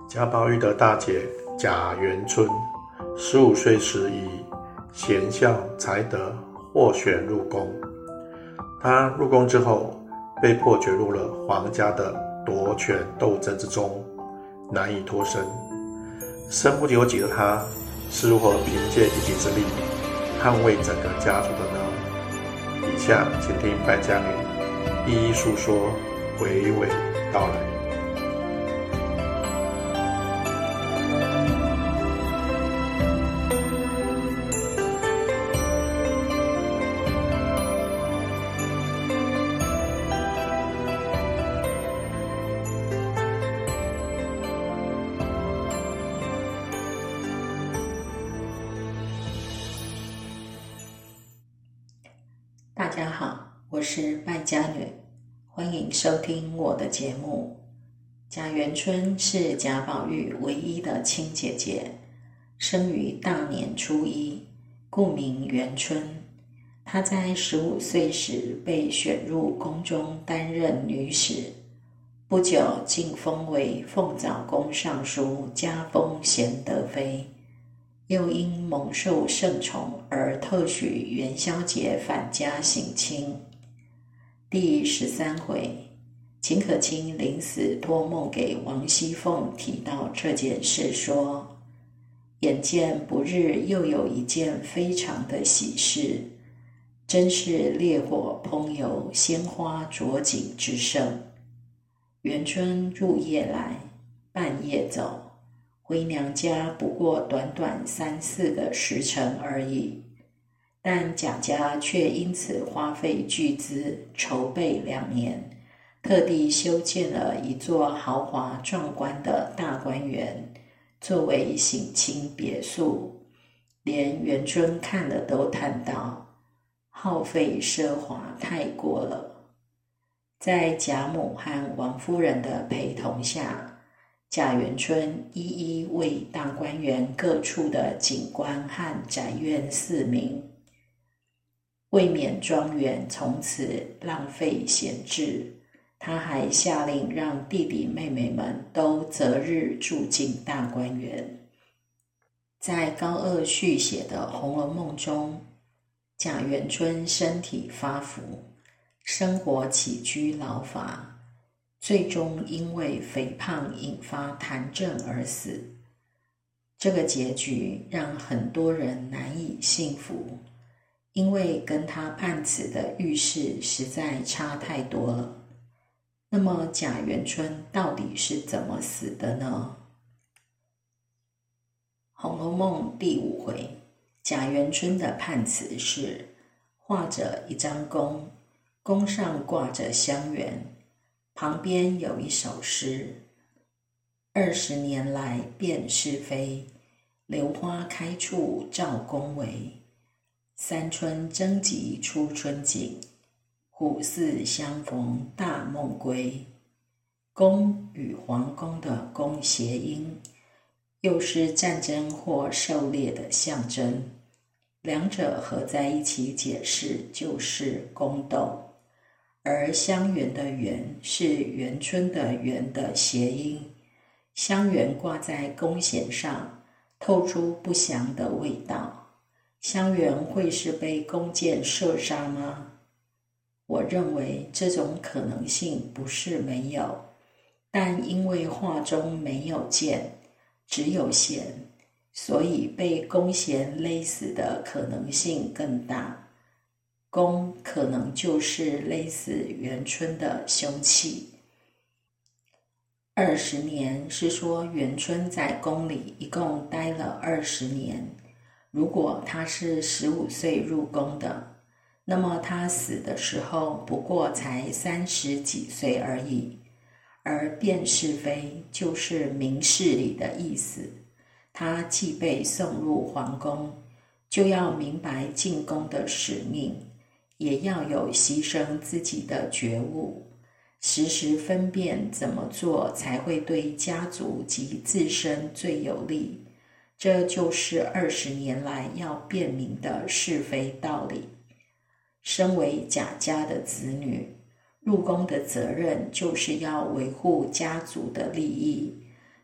贾宝玉的大姐贾元春15岁时以贤孝才德获选入宫。她入宫之后，被迫卷入了皇家的夺权斗争之中，难以脱身。身不由己的她是如何凭借一己之力捍卫整个家族的呢？以下请听败家女一一述说，娓娓道来。 大家好，我是败家女，欢迎收听我的节目。贾元春是贾宝玉唯一的亲姐姐，生于大年初一，故名元春。她在15岁时被选入宫中担任女史，不久晋封为凤藻宫尚书，加封贤德妃。又因蒙受圣宠而特许元宵节返家省亲。第13回，秦可卿临死托梦给王熙凤提到这件事，说：眼见不日又有一件非常的喜事，真是烈火烹油，鲜花着锦之盛。元春入夜来，半夜走，回娘家不过短短3、4个时辰而已，但贾家却因此花费巨资筹备2年，特地修建了一座豪华壮观的大观园，作为省亲别墅。连元春看了都叹道：耗费奢华太过了。在贾母和王夫人的陪同下，贾元春一一为大观园各处的景观和宅院赐名，为免庄园从此浪费闲置，他还下令让弟弟妹妹们都择日住进大观园。在高鹗续写的《红楼梦》中，贾元春身体发福，生活起居劳乏，最终因为肥胖引发痰症而死。这个结局让很多人难以信服，因为跟他判词的预示实在差太多了。那么贾元春到底是怎么死的呢？《红楼梦》第5回，贾元春的判词是：画着一张弓，弓上挂着香园，旁边有一首诗：20年来辨是非，榴花开处照宫闱。三春争及初春景，虎兕相逢大梦归。宫与皇宫的宫谐音，又是战争或狩猎的象征，两者合在一起解释就是宫斗。而香园的园是元春的园的谐音，香园挂在弓弦上，透出不祥的味道。香园会是被弓箭射杀吗？我认为这种可能性不是没有，但因为画中没有箭，只有弦，所以被弓弦勒死的可能性更大。弓可能就是勒死元春的凶器。20年是说元春在宫里一共待了20年，如果他是15岁入宫的，那么他死的时候不过才30几岁而已。而辨是非就是明事理的意思，他既被送入皇宫，就要明白进宫的使命，也要有牺牲自己的觉悟，时时分辨怎么做才会对家族及自身最有利。这就是20年来要辨明的是非道理。身为贾家的子女，入宫的责任就是要维护家族的利益，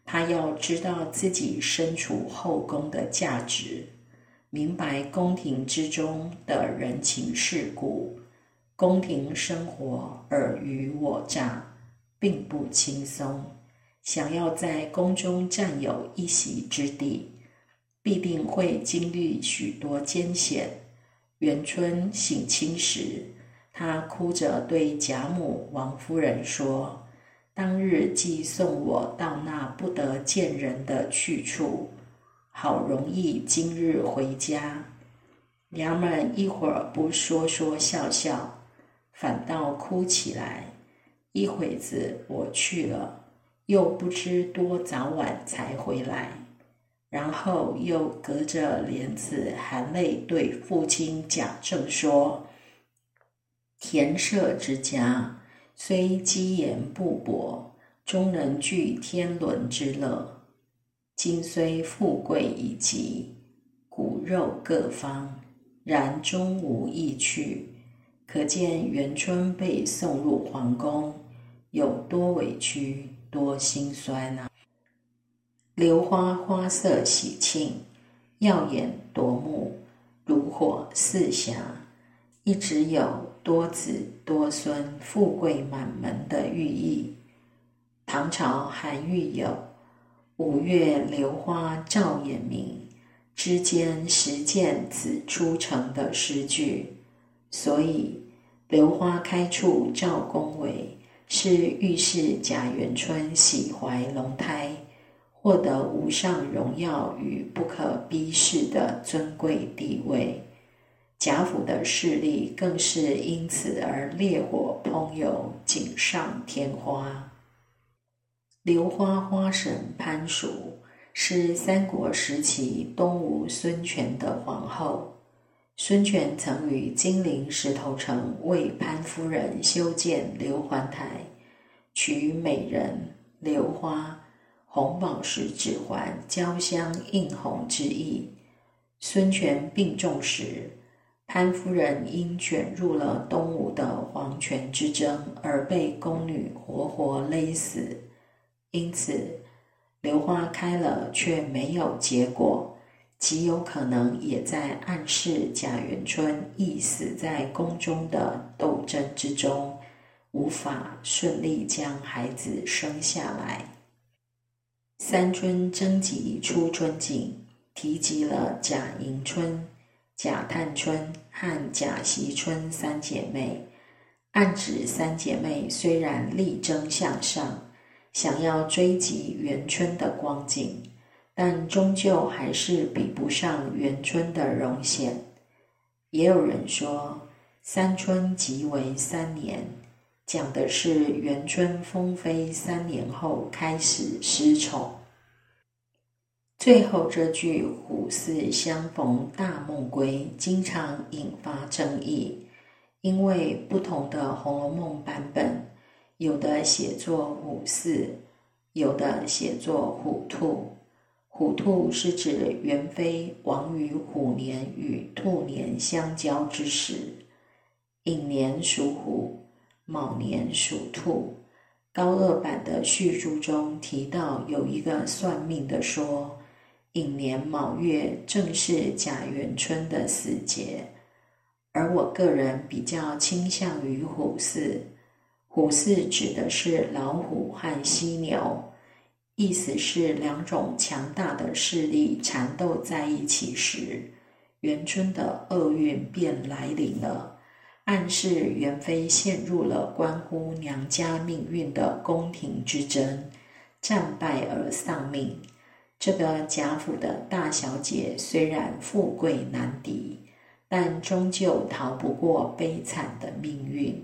他要知道自己身处后宫的价值，明白宫廷之中的人情世故。宫廷生活尔虞我诈，并不轻松。想要在宫中占有一席之地，必定会经历许多艰险。元春省亲时，他哭着对贾母、王夫人说：“当日既送我到那不得见人的去处，好容易今日回家，娘们一会儿不说说笑笑，反倒哭起来。一会子我去了，又不知多早晚才回来。”然后又隔着帘子含泪对父亲贾政说：“田舍之家，虽积盐布帛，终能具天伦之乐。今虽富贵已极，骨肉各方，然终无意去。可见元春被送入皇宫，有多委屈，多心酸啊！”榴花花色喜庆，耀眼夺目，炉火四霞，一直有多子多孙、富贵满门的寓意。唐朝韩愈有“五月榴花照眼明，枝间时见子出城”的诗句，所以榴花开处照宫闱，是预示贾元春喜怀龙胎，获得无上荣耀与不可逼视的尊贵地位。贾府的势力更是因此而烈火烹油，锦上添花。榴花花神潘淑是三国时期东吴孙权的皇后。孙权曾于金陵石头城为潘夫人修建硫环台，取美人、榴花、红宝石指环交相映红之意。孙权病重时，潘夫人因卷入了东吴的皇权之争而被宫女活活勒死。因此，榴花开了却没有结果，极有可能也在暗示贾元春亦死在宫中的斗争之中，无法顺利将孩子生下来。三春征集出春景提及了贾迎春、贾探春和贾惜春三姐妹，暗指三姐妹虽然力争向上，想要追及元春的光景，但终究还是比不上元春的荣显。也有人说，三春即为3年，讲的是元春封妃3年后开始失宠。最后这句虎兕相逢大梦归经常引发争议，因为不同的《红楼梦》版本，有的写作虎兕，有的写作虎兔。虎兔是指元妃亡于虎年与兔年相交之时，寅年属虎，卯年属兔。高鹗版的序注中提到有一个算命的说，寅年卯月正是贾元春的死节，而我个人比较倾向于虎兕。虎兕指的是老虎和犀牛，意思是两种强大的势力缠斗在一起时，元春的厄运便来临了，暗示元妃陷入了关乎娘家命运的宫廷之争，战败而丧命。这个贾府的大小姐虽然富贵难敌，但终究逃不过悲惨的命运。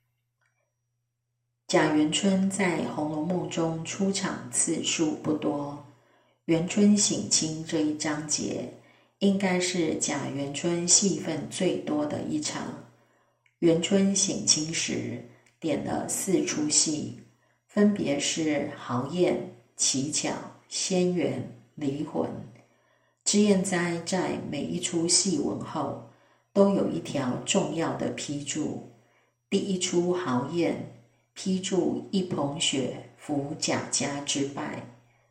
贾元春在《红楼梦》中出场次数不多，元春省亲这一章节应该是贾元春戏份最多的一场。元春省亲时点了4出戏，分别是豪宴、乞巧、仙缘、离魂。脂砚斋在每一出戏文后都有一条重要的批注。第一出豪宴，批注一捧雪扶贾家之败。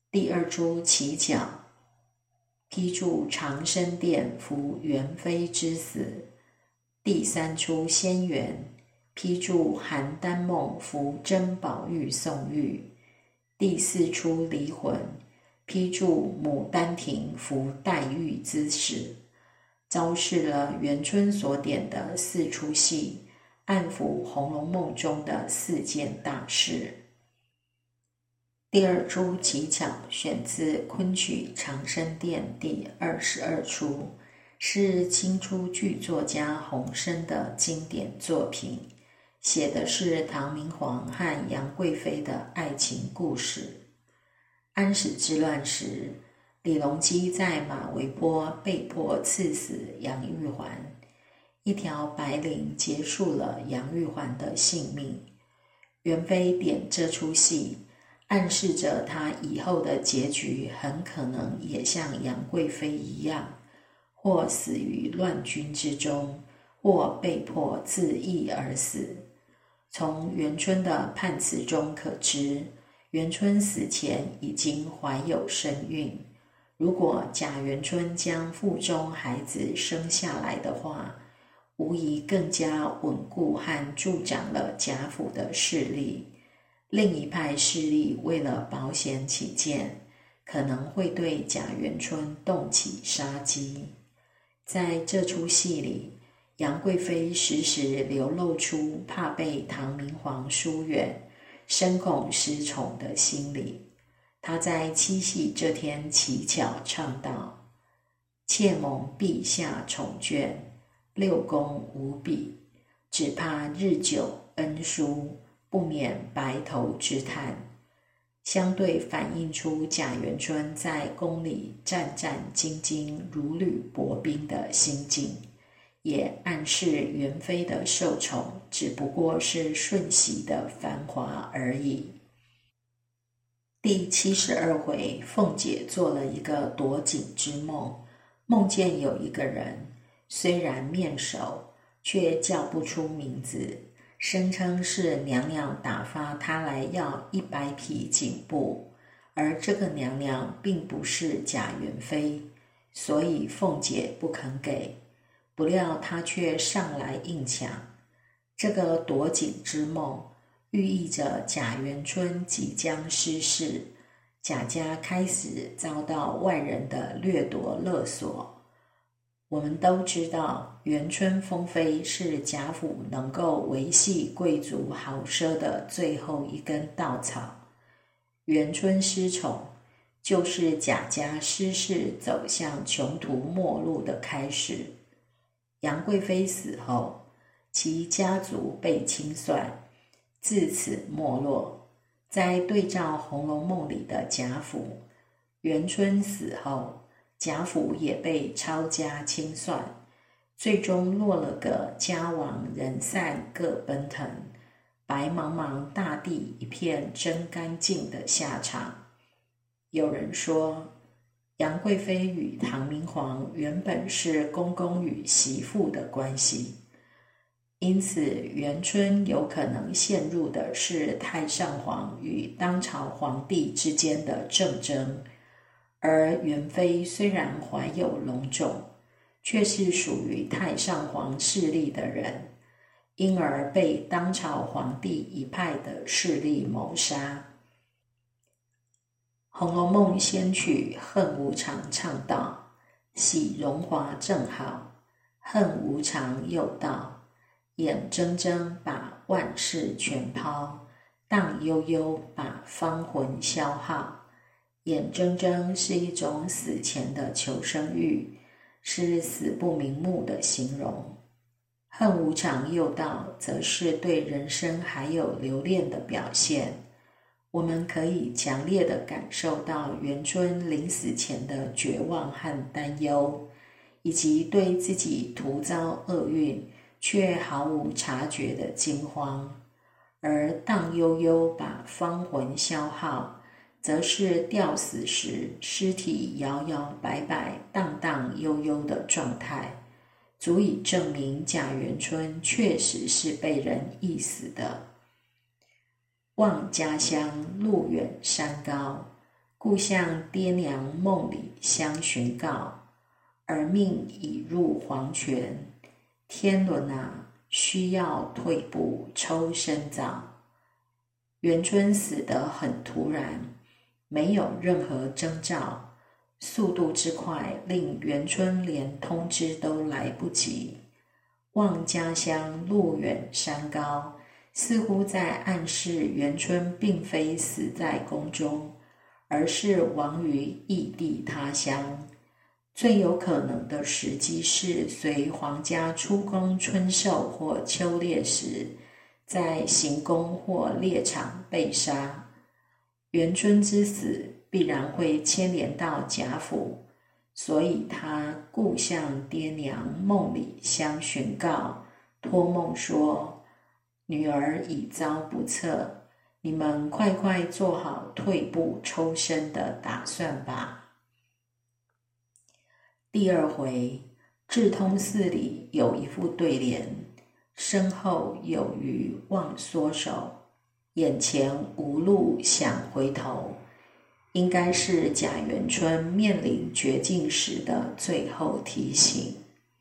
第二出乞巧，批注长生殿扶元妃之死。第三出仙缘，批注邯郸梦扶甄宝玉宋玉。第四出离魂，批注牡丹亭扶黛玉之死，昭示了元春所点的4出戏，暗抚《红楼梦》中的4件大事。第二出乞巧选自昆曲长生殿第22出，是清初剧作家洪升的经典作品，写的是唐明皇和杨贵妃的爱情故事。安史之乱时，李隆基在马嵬坡被迫赐死杨玉环，一条白绫结束了杨玉环的性命。元妃点这出戏，暗示着她以后的结局很可能也像杨贵妃一样，或死于乱军之中，或被迫自缢而死。从元春的判词中可知，元春死前已经怀有身孕，如果贾元春将腹中孩子生下来的话，无疑更加稳固和助长了贾府的势力。另一派势力为了保险起见，可能会对贾元春动起杀机。在这出戏里，杨贵妃时时流露出怕被唐明皇疏远，深恐失宠的心理。她在七夕这天乞巧唱道：妾蒙陛下宠眷，六宫无比，只怕日久恩疏，不免白头之叹。相对反映出贾元春在宫里战战兢兢、如履薄冰的心境，也暗示元妃的受宠只不过是瞬息的繁华而已。第72回，凤姐做了一个夺锦之梦，梦见有一个人，虽然面熟，却叫不出名字，声称是娘娘打发他来要100匹锦布，而这个娘娘并不是贾元妃，所以凤姐不肯给。不料他却上来硬抢。这个夺锦之梦寓意着贾元春即将失势，贾家开始遭到外人的掠夺勒索。我们都知道，元春封妃是贾府能够维系贵族豪奢的最后一根稻草。元春失宠，就是贾家失势走向穷途末路的开始。杨贵妃死后，其家族被清算，自此没落。在对照《红楼梦》里的贾府，元春死后，贾府也被抄家清算，最终落了个家亡人散各奔腾，白茫茫大地一片真干净的下场。有人说，杨贵妃与唐明皇原本是公公与媳妇的关系，因此元春有可能陷入的是太上皇与当朝皇帝之间的政争，而元妃虽然怀有龙种，却是属于太上皇势力的人，因而被当朝皇帝一派的势力谋杀。《红楼梦》仙曲恨无常唱道：喜荣华正好，恨无常又到，眼睁睁把万事全抛，荡悠悠把芳魂消耗。眼睁睁是一种死前的求生欲，是死不瞑目的形容。恨无常又到，则是对人生还有留恋的表现。我们可以强烈地感受到元春临死前的绝望和担忧，以及对自己徒遭厄运却毫无察觉的惊慌。而荡悠悠把芳魂消耗，则是吊死时尸体摇摇摆摆、荡荡悠悠的状态，足以证明贾元春确实是被人缢死的。望家乡路远山高， 故向爹娘梦里相询告，儿命已入黄泉，天伦啊，需要退步抽身早。元春死得很突然，没有任何征兆，速度之快令元春连通知都来不及。望家乡路远山高，似乎在暗示元春并非死在宫中，而是亡于异地他乡。最有可能的时机是随皇家出宫春狩或秋猎时，在行宫或猎场被杀。元春之死必然会牵连到贾府，所以他故向爹娘梦里相询告，托梦说：女儿已遭不测，你们快快做好退步抽身的打算吧。第二回，智通寺里有一副对联：身后有余忘缩手，眼前无路想回头。应该是贾元春面临绝境时的最后提醒。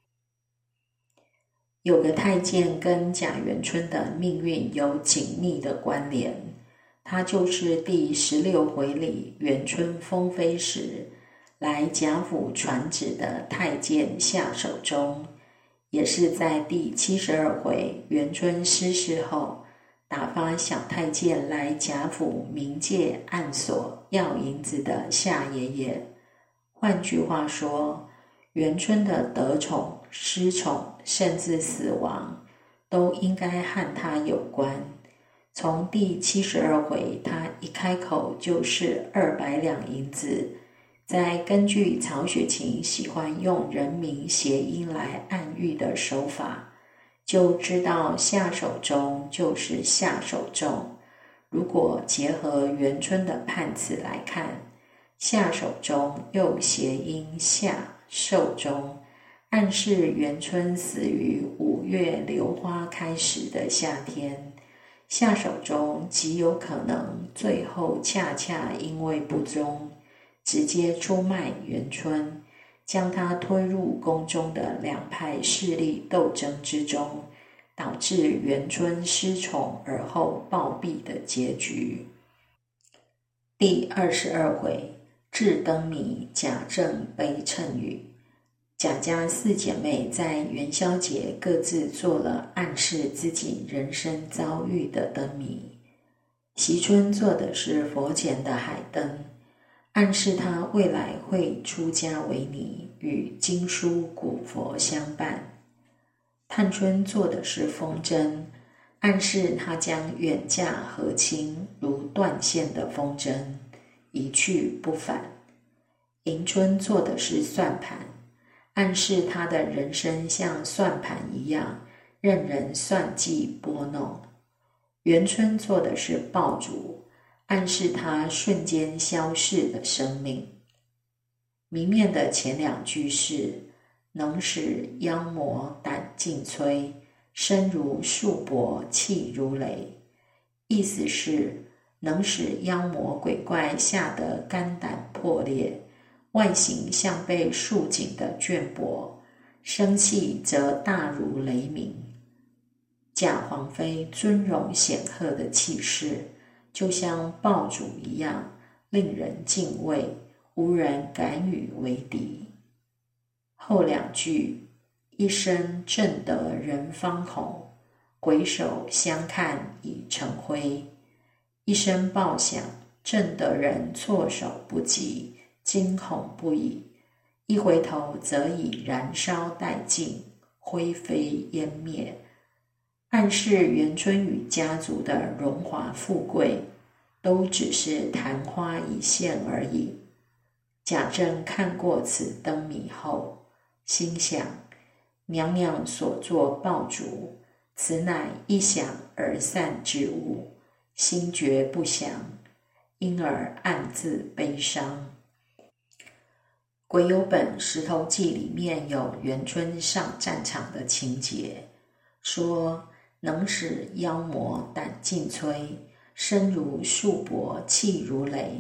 有个太监跟贾元春的命运有紧密的关联，他就是第16回里元春封妃时来贾府传旨的太监夏守忠，也是在第72回元春失势后打发小太监来贾府冥界暗锁要银子的夏爷爷。换句话说，元春的得宠、失宠，甚至死亡，都应该和他有关。从第72回，他一开口就是200两银子，再根据曹雪芹喜欢用人名谐音来暗喻的手法，就知道夏守忠就是夏守重。如果结合元春的判词来看，夏守忠又谐音夏寿终，暗示元春死于5月榴花开时的夏天。夏守忠极有可能最后恰恰因为不忠，直接出卖元春，将他推入宫中的两派势力斗争之中，导致元春失宠而后暴毙的结局。第22回，智灯谜贾政悲谶语。贾家4姐妹在元宵节各自做了暗示自己人生遭遇的灯谜。惜春做的是佛前的海灯，暗示她未来会出家为尼，与经书古佛相伴。探春做的是风筝，暗示她将远嫁和亲，如断线的风筝，一去不返。迎春做的是算盘，暗示她的人生像算盘一样，任人算计拨弄。元春做的是爆竹，暗示她瞬间消逝的生命。谜面的前2句是能使妖魔胆尽摧，身如束帛气如雷，意思是能使妖魔鬼怪吓得肝胆破裂，外形像被束紧的绢帛，生气则大如雷鸣。贾皇妃尊荣显赫的气势，就像爆竹一样，令人敬畏，无人敢与为敌。后2句，一声震得人方恐，回首相看已成灰。一声爆响，震得人措手不及，惊恐不已，一回头则已燃烧殆尽，灰飞烟灭，暗示元春与家族的荣华富贵都只是昙花一现而已。贾政看过此灯谜后，心想娘娘所作爆竹，此乃一响而散之物，心觉不祥，因而暗自悲伤。癸酉本《石头记》里面有元春上战场的情节，说能使妖魔胆尽摧，身如束帛气如雷，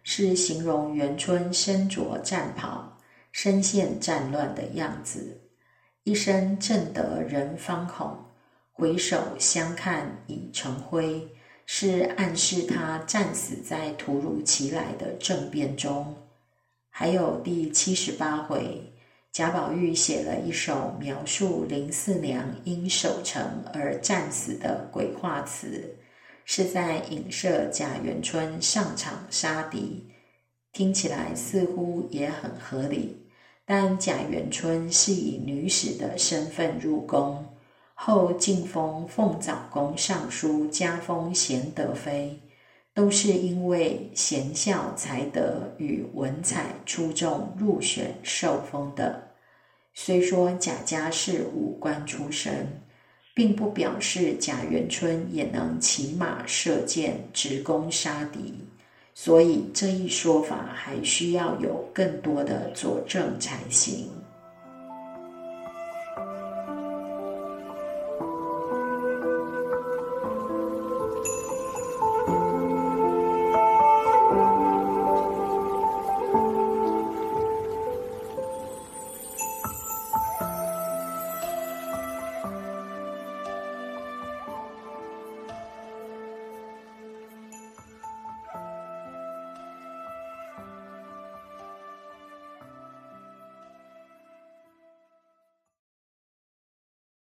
是形容元春身着战袍，身陷战乱的样子，一生正得人方恐，回首相看已成灰，是暗示他战死在突如其来的政变中。还有第78回，贾宝玉写了一首描述林四娘因守城而战死的鬼话词，是在影射贾元春上场杀敌，听起来似乎也很合理。但贾元春是以女使的身份入宫，后晋封凤藻宫尚书，加封贤德妃，都是因为贤孝才德与文采出众入选受封的。虽说贾家是武官出身，并不表示贾元春也能骑马射箭直攻杀敌，所以这一说法还需要有更多的佐证才行。